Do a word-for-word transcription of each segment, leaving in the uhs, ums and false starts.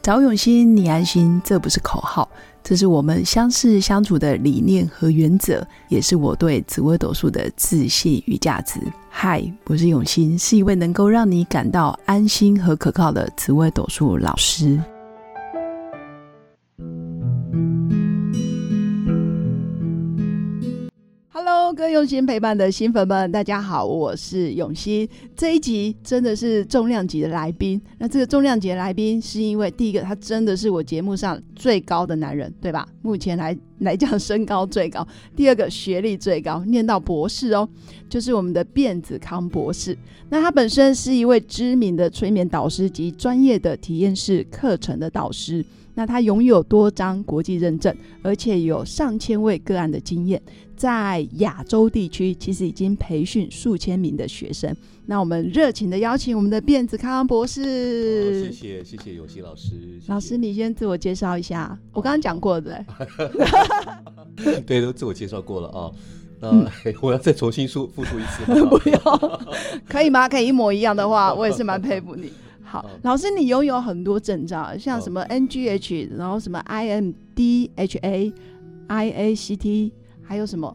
找永新，你安心，这不是口号，这是我们相识相处的理念和原则，也是我对紫微斗数的自信与价值。嗨，我是永新，是一位能够让你感到安心和可靠的紫微斗数老师。Hello， 各位用心陪伴的新粉们，大家好，我是永新。这一集真的是重量级的来宾。那这个重量级的来宾，是因为第一个，他真的是我节目上最高的男人，对吧？目前来来讲，身高最高。第二个，学历最高，念到博士哦，就是我们的卞子康博士。那他本身是一位知名的催眠导师及专业的体验式课程的导师。那他拥有多张国际认证，而且有上千位个案的经验，在亚洲地区其实已经培训数千名的学生。那我们热情的邀请我们的卞子康博士、 哦、谢谢谢谢永新老师。谢谢老师，你先自我介绍一下。我刚刚讲过的对，都自我介绍过了啊。那、嗯、我要再重新说复述一次吗？ 不要可以吗？可以一模一样的话，我也是蛮佩服你。好，老师，你拥有很多证照，像什么 N G H， 然后什么 I M D H A、I A C T， 还有什么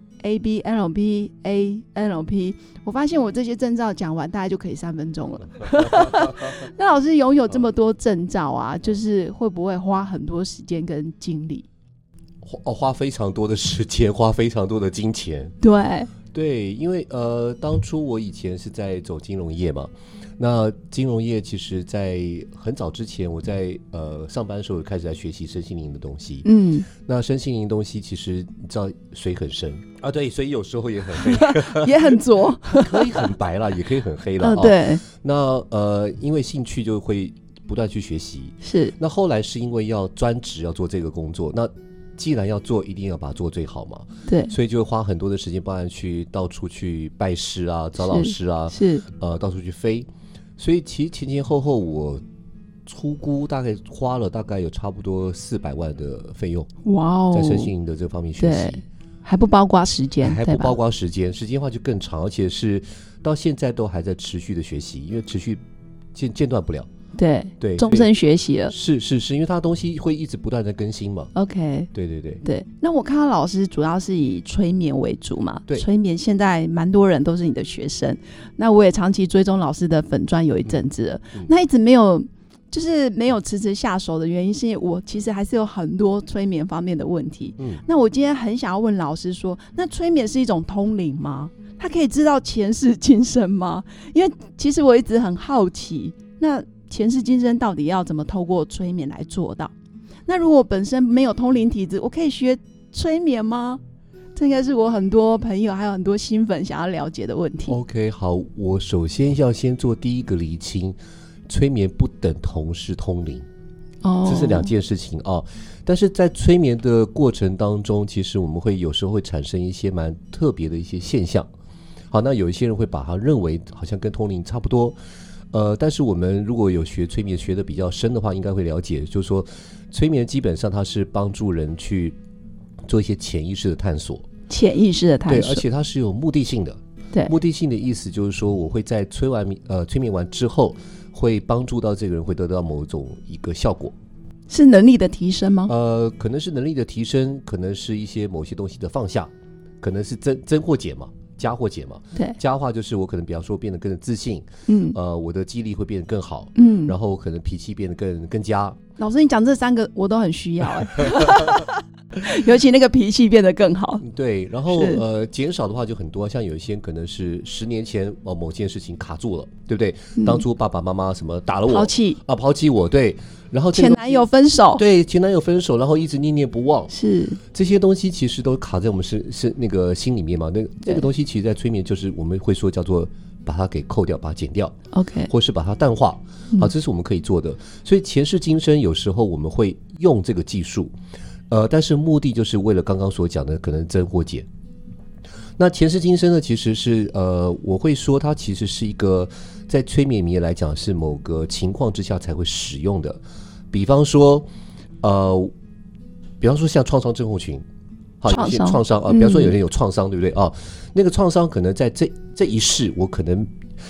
A B N L P、A N L P。我发现我这些证照讲完，大概就可以三分钟了。那老师拥有这么多证照啊，就是会不会花很多时间跟精力？ 哦，花非常多的时间，花非常多的金钱。 对对，因为呃，当初我以前是在走金融业嘛。那金融业其实在很早之前，我在呃上班的时候开始在学习身心灵的东西。嗯，那身心灵的东西其实你知道水很深啊，对，所以有时候也很黑， 也很浊， 可以很白啦，也可以很黑啦。 嗯、对。 那呃，因为兴趣就会不断去学习。 是。 那后来是因为要专职要做这个工作，那既然要做，一定要把它做最好嘛。 对， 所以就会花很多的时间，包含去到处去拜师啊，找老师啊， 是, 是呃，到处去飞。所以其实前前后后我初估大概花了大概有差不多四百万的费用。哇哦，在身心灵的这方面学习， 还不包括时间， 还不包括时间，时间的话就更长，而且是到现在都还在持续的学习，因为持续间间断不了。 对对，终身学习了。 是是是，因为它东西会一直不断的更新嘛。 OK， 对对对对。那我看到老师主要是以催眠为主嘛， 对， 催眠现在蛮多人都是你的学生。那我也长期追踪老师的粉专有一阵子了、嗯嗯、那一直没有就是没有迟迟下手的原因，是因为我其实还是有很多催眠方面的问题。嗯，那我今天很想要问老师说，那催眠是一种通灵吗？他可以知道前世今生吗？因为其实我一直很好奇，那前世今生到底要怎么透过催眠来做到？那如果本身没有通灵体质，我可以学催眠吗？这应该是我很多朋友还有很多新粉想要了解的问题。 OK， 好，我首先要先做第一个厘清，催眠不等同是通灵、哦、这是两件事情啊。但是在催眠的过程当中，其实我们会有时候会产生一些蛮特别的一些现象。好，那有一些人会把它认为好像跟通灵差不多，呃，但是我们如果有学催眠学的比较深的话，应该会了解，就是说催眠基本上它是帮助人去做一些潜意识的探索， 潜意识的探索， 对，而且它是有目的性的。对，目的性的意思就是说，我会在催完呃催眠完之后，会帮助到这个人会得到某种一个效果。 是能力的提升吗？ 呃，可能是能力的提升，可能是一些某些东西的放下，可能是增增或减嘛。加或减嘛， 对， 加的话就是我可能比方说变得更自信，嗯，呃，我的记忆力会变得更好，嗯，然后可能脾气变得更更佳。 老师，你讲这三个我都很需要哎、欸，尤其那个脾气变得更好。 对，然后呃，减少的话就很多，像有一些可能是十年前哦某件事情卡住了，对不对？嗯、当初爸爸妈妈什么打了我， 抛弃啊，抛弃我，对。然后前男友分手， 对，前男友分手，然后一直念念不忘， 是这些东西其实都卡在我们是是那个心里面嘛。那这个东西其实，在催眠就是我们会说叫做把它给扣掉，把它减掉 ，OK， 或是把它淡化，好，这是我们可以做的。所以前世今生有时候我们会用这个技术，呃，但是目的就是为了刚刚所讲的可能增或减。那前世今生呢，其实是呃，我会说它其实是一个在催眠里面来讲是某个情况之下才会使用的，比方说呃，比方说像创伤症候群，好，有些创伤啊，比方说有人有创伤，嗯、对不对啊？那个创伤可能在这这一世，我可能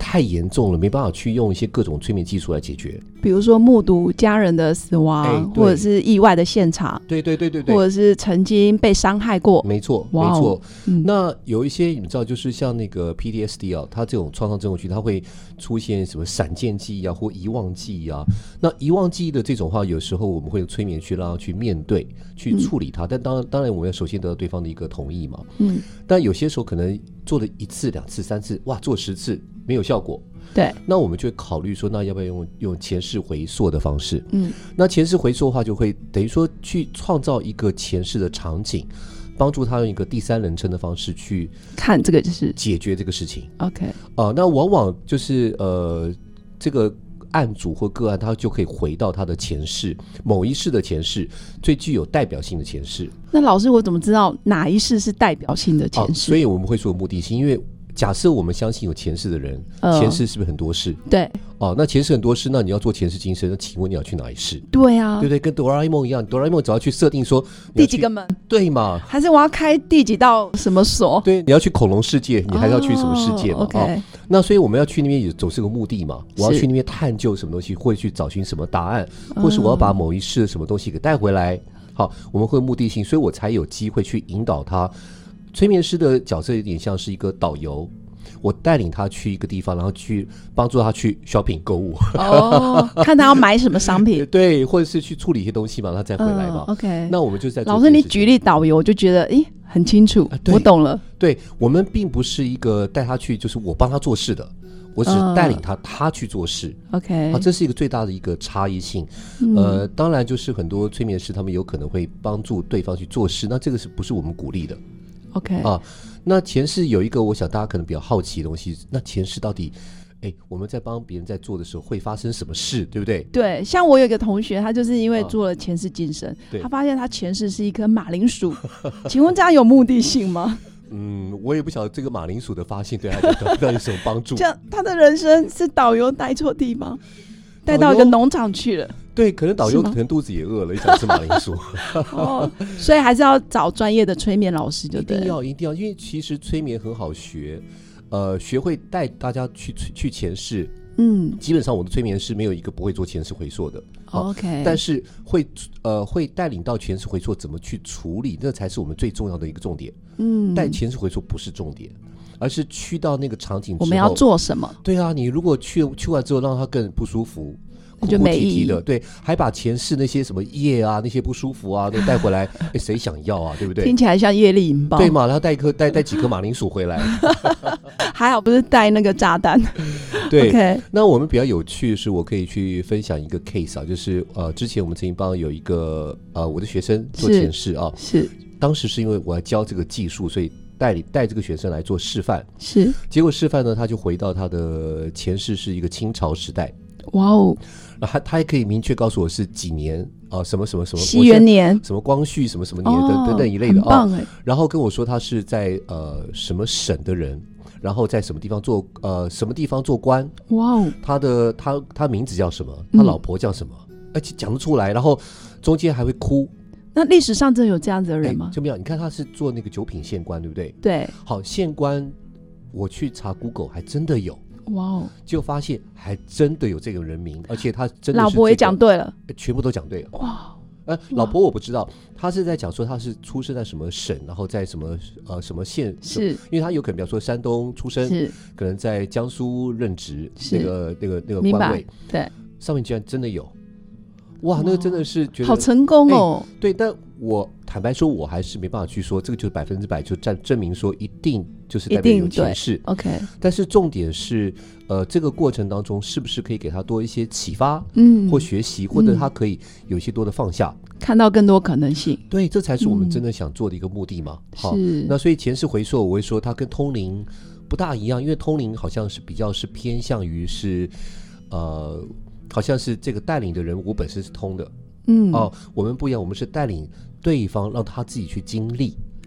太严重了，没办法去用一些各种催眠技术来解决。 比如说目睹家人的死亡、 哎、 或者是意外的现场， 对对对对对， 或者是曾经被伤害过， 没错没错、嗯、那有一些你们知道就是像那个 P T S D 啊，它这种创伤症候群它会出现什么闪见记忆啊或遗忘记忆啊，那遗忘记忆的这种话有时候我们会用催眠去让他去面对去处理它、嗯、但当然当然我们要首先得到对方的一个同意嘛，嗯，但有些时候可能做了一次两次三次，哇做十次没有效果， 对， 那我们就会考虑说那要不要用用前世回溯的方式， 嗯， 那前世回溯的话就会等于说去创造一个前世的场景，帮助他用一个第三人称的方式去看这个就是解决这个事情。 OK， 呃、那往往就是呃这个案主或个案他就可以回到他的前世某一世的前世最具有代表性的前世。 那老师我怎么知道哪一世是代表性的前世、 啊、所以我们会说目的性，因为假设我们相信有前世的人、呃、前世是不是很多世？ 对哦，那前世很多世，那你要做前世今生，那请问你要去哪一世？ 对啊， 对不对？跟哆啦 A 梦一样，哆啦 A 梦只要去设定说第几个门， 对嘛？ 还是我要开第几道什么锁？ 对，你要去恐龙世界，你还是要去什么世界嘛？ 哦 okay 哦，那所以我们要去那边也总是个目的嘛。我要去那边探究什么东西，或者去找寻什么答案，或是我要把某一世的什么东西给带回来。好，我们会有目的性，所以我才有机会去引导他。催眠师的角色有点像是一个导游。我带领他去一个地方，然后去帮助他去 shopping 购物哦，看他要买什么商品对，或者是去处理一些东西嘛，他再回来嘛、 嗯、OK， 那我们就在老师你举例导游我就觉得诶很清楚、啊、我懂了。 对，我们并不是一个带他去就是我帮他做事的，我只是带领他、嗯、他去做事 OK、 啊、这是一个最大的一个差异性、嗯、呃，当然就是很多催眠师他们有可能会帮助对方去做事，那这个是不是我们鼓励的 OK 啊？那前世有一个我想大家可能比较好奇的东西，那前世到底哎，我们在帮别人在做的时候会发生什么事，对不对？ 对，像我有一个同学，他就是因为做了前世今生、啊、他发现他前世是一颗马铃薯请问这样有目的性吗？ 嗯，我也不晓得这个马铃薯的发现对他到底有什么帮助。 这样他的人生是导游带错地方，带到一个农场去了。 对，可能导游可能肚子也饿了，也想吃马铃薯哦，所以还是要找专业的催眠老师就对了。 一定要一定要，因为其实催眠很好学，呃，学会带大家去去前世。嗯，基本上我的催眠师没有一个不会做前世回溯的、 哦、OK， 但是会呃会带领到前世回溯怎么去处理，那才是我们最重要的一个重点。嗯，带前世回溯不是重点，而是去到那个场景之后我们要做什么。 对啊，你如果去去完之后让他更不舒服， 就没意义的，对，还把前世那些什么业啊、那些不舒服啊都带回来，哎，谁想要啊？对不对？ 听起来像业力引爆， 对嘛？然后带一颗带带几颗马铃薯回来， 还好不是带那个炸弹。 对， okay 那我们比较有趣的是，我可以去分享一个 case 啊，就是呃，之前我们曾经帮有一个呃我的学生做前世啊， 是， 当时是因为我要教这个技术，所以带领带这个学生来做示范， 是， 结果示范呢，他就回到他的前世是一个清朝时代。 哇哦！ 他他还可以明确告诉我是几年啊、呃，什么什么什么西元年， 什么光绪什么什么年等、哦、等等一类的啊、哦， 然后跟我说他是在呃什么省的人，然后在什么地方做呃什么地方做官。 哇哦！ 他的他他名字叫什么？他老婆叫什么？而且讲得出来，然后中间还会哭。 那历史上真的有这样子的人吗？ 就没有，你看他是做那个九品县官，对不对？ 对。 好，县官，我去查 Google 还真的有。 哇哦！ 就发现还真的有这个人名，而且他真的是、这个、 老婆也讲对了， 全部都讲对了。 哇！ 呃，老婆我不知道，他是在讲说他是出生在什么省，然后在什么呃什么县， 是因为他有可能比方说山东出生， 是可能在江苏任职那个那个那个官位， 对， 上面居然真的有。哇，那个真的是觉得好成功哦、 欸。对，但我坦白说，我还是没办法去说这个就是百分之百就证证明说一定就是代表有前世。 OK， 但是重点是，呃，这个过程当中是不是可以给他多一些启发， 嗯， 或学习，或者他可以有一些多的放下， 看到更多可能性。 对，这才是我们真的想做的一个目的嘛。 嗯、 好，那所以前世回溯，我会说它跟通灵不大一样，因为通灵好像是比较是偏向于是，呃。好像是这个带领的人我本身是通的，嗯，哦，我们不一样，我们是带领对方让他自己去经历，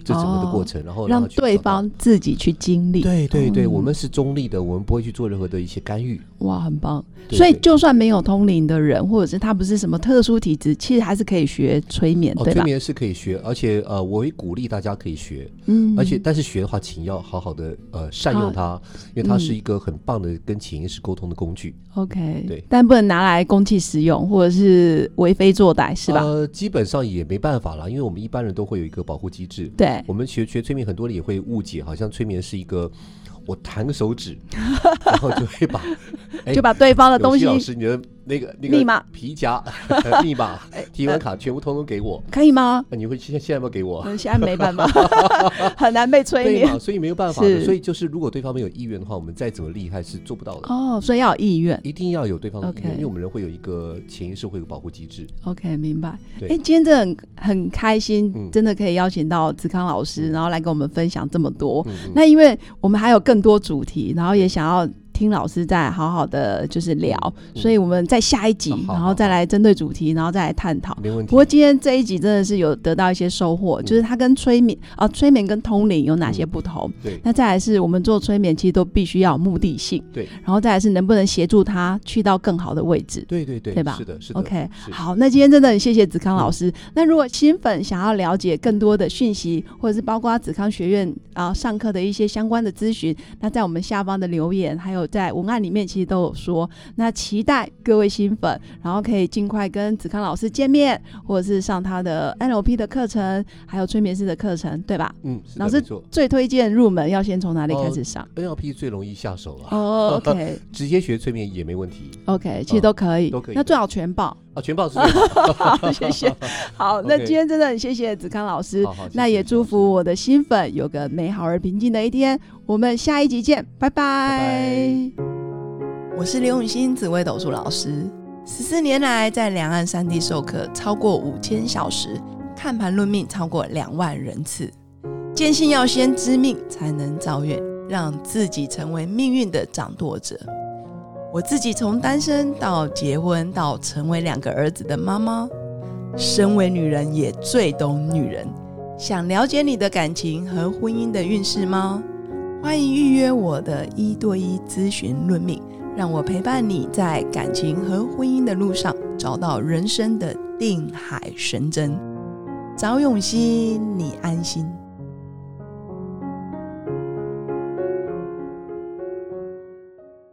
这整个的过程，哦、然后让对方自己去经历。 对对对、嗯，我们是中立的，我们不会去做任何的一些干预。 哇，很棒！对对，所以就算没有通灵的人，或者是他不是什么特殊体质，其实还是可以学催眠， 哦、 对吧？ 催眠是可以学，而且呃，我会鼓励大家可以学。嗯，而且但是学的话，请要好好的呃善用它，啊、因为它是一个很棒的跟潜意识沟通的工具。 OK， 对， 但不能拿来公器私用，或者是为非作歹，是吧？ 呃，基本上也没办法啦，因为我们一般人都会有一个保护机制。 对， 我们学学催眠，很多人也会误解，好像催眠是一个我弹个手指，然后就会把就把对方的东西， 老师你的那个那个密码、 皮夹、密码、提款卡全部通通给我， 可以吗？ 你会现在现在要不要给我？ 现在没办法，很难被催眠， 对嘛，所以没有办法的。所以就是如果对方没有意愿的话，我们再怎么厉害是做不到的。 哦，所以要有意愿， 一定要有对方的意愿， okay. 因为我们人会有一个潜意识会有保护机制。 OK， 明白。哎，今天真的很很开心、嗯，真的可以邀请到子康老师、嗯，然后来跟我们分享这么多。嗯嗯，那因为我们还有更多主题，然后也想要听老师再好好的就是聊、嗯，所以我们在下一集、嗯、然后再来针对主题然后再来探讨。 没问题。 不过今天这一集真的是有得到一些收获、嗯、就是它跟催眠啊，催眠跟通灵有哪些不同、嗯、对，那再来是我们做催眠其实都必须要有目的性，对，然后再来是能不能协助他去到更好的位置， 对对对， 对吧？ 是的是的 OK， 好，那今天真的很谢谢子康老师、嗯、那如果新粉想要了解更多的讯息，或者是包括子康学院啊上课的一些相关的咨询，那在我们下方的留言还有在文案里面其实都有说，那期待各位新粉然后可以尽快跟子康老师见面，或者是上他的 N L P 的课程还有催眠师的课程，对吧？ 嗯， 老师最推荐入门要先从哪里开始上？ N L P 最容易下手了哦、oh, OK 直接学催眠也没问题 OK 其实都可以、嗯、 都可以， 那最好全报啊，全报是最好好谢谢好那今天真的很谢谢子康老师，好好那也祝福我的新粉有个美好而平静的一天，我们下一集见，拜拜, 拜, 拜。我是刘永新紫微斗数老师，十四年来在两岸三地授课超过五千小时，看盘论命超过两万人次，坚信要先知命才能造运，让自己成为命运的掌舵者。我自己从单身到结婚到成为两个儿子的妈妈，身为女人也最懂女人。想了解你的感情和婚姻的运势吗？欢迎预约我的一对一咨询论命，让我陪伴你在感情和婚姻的路上找到人生的定海神针。找永熙，你安心。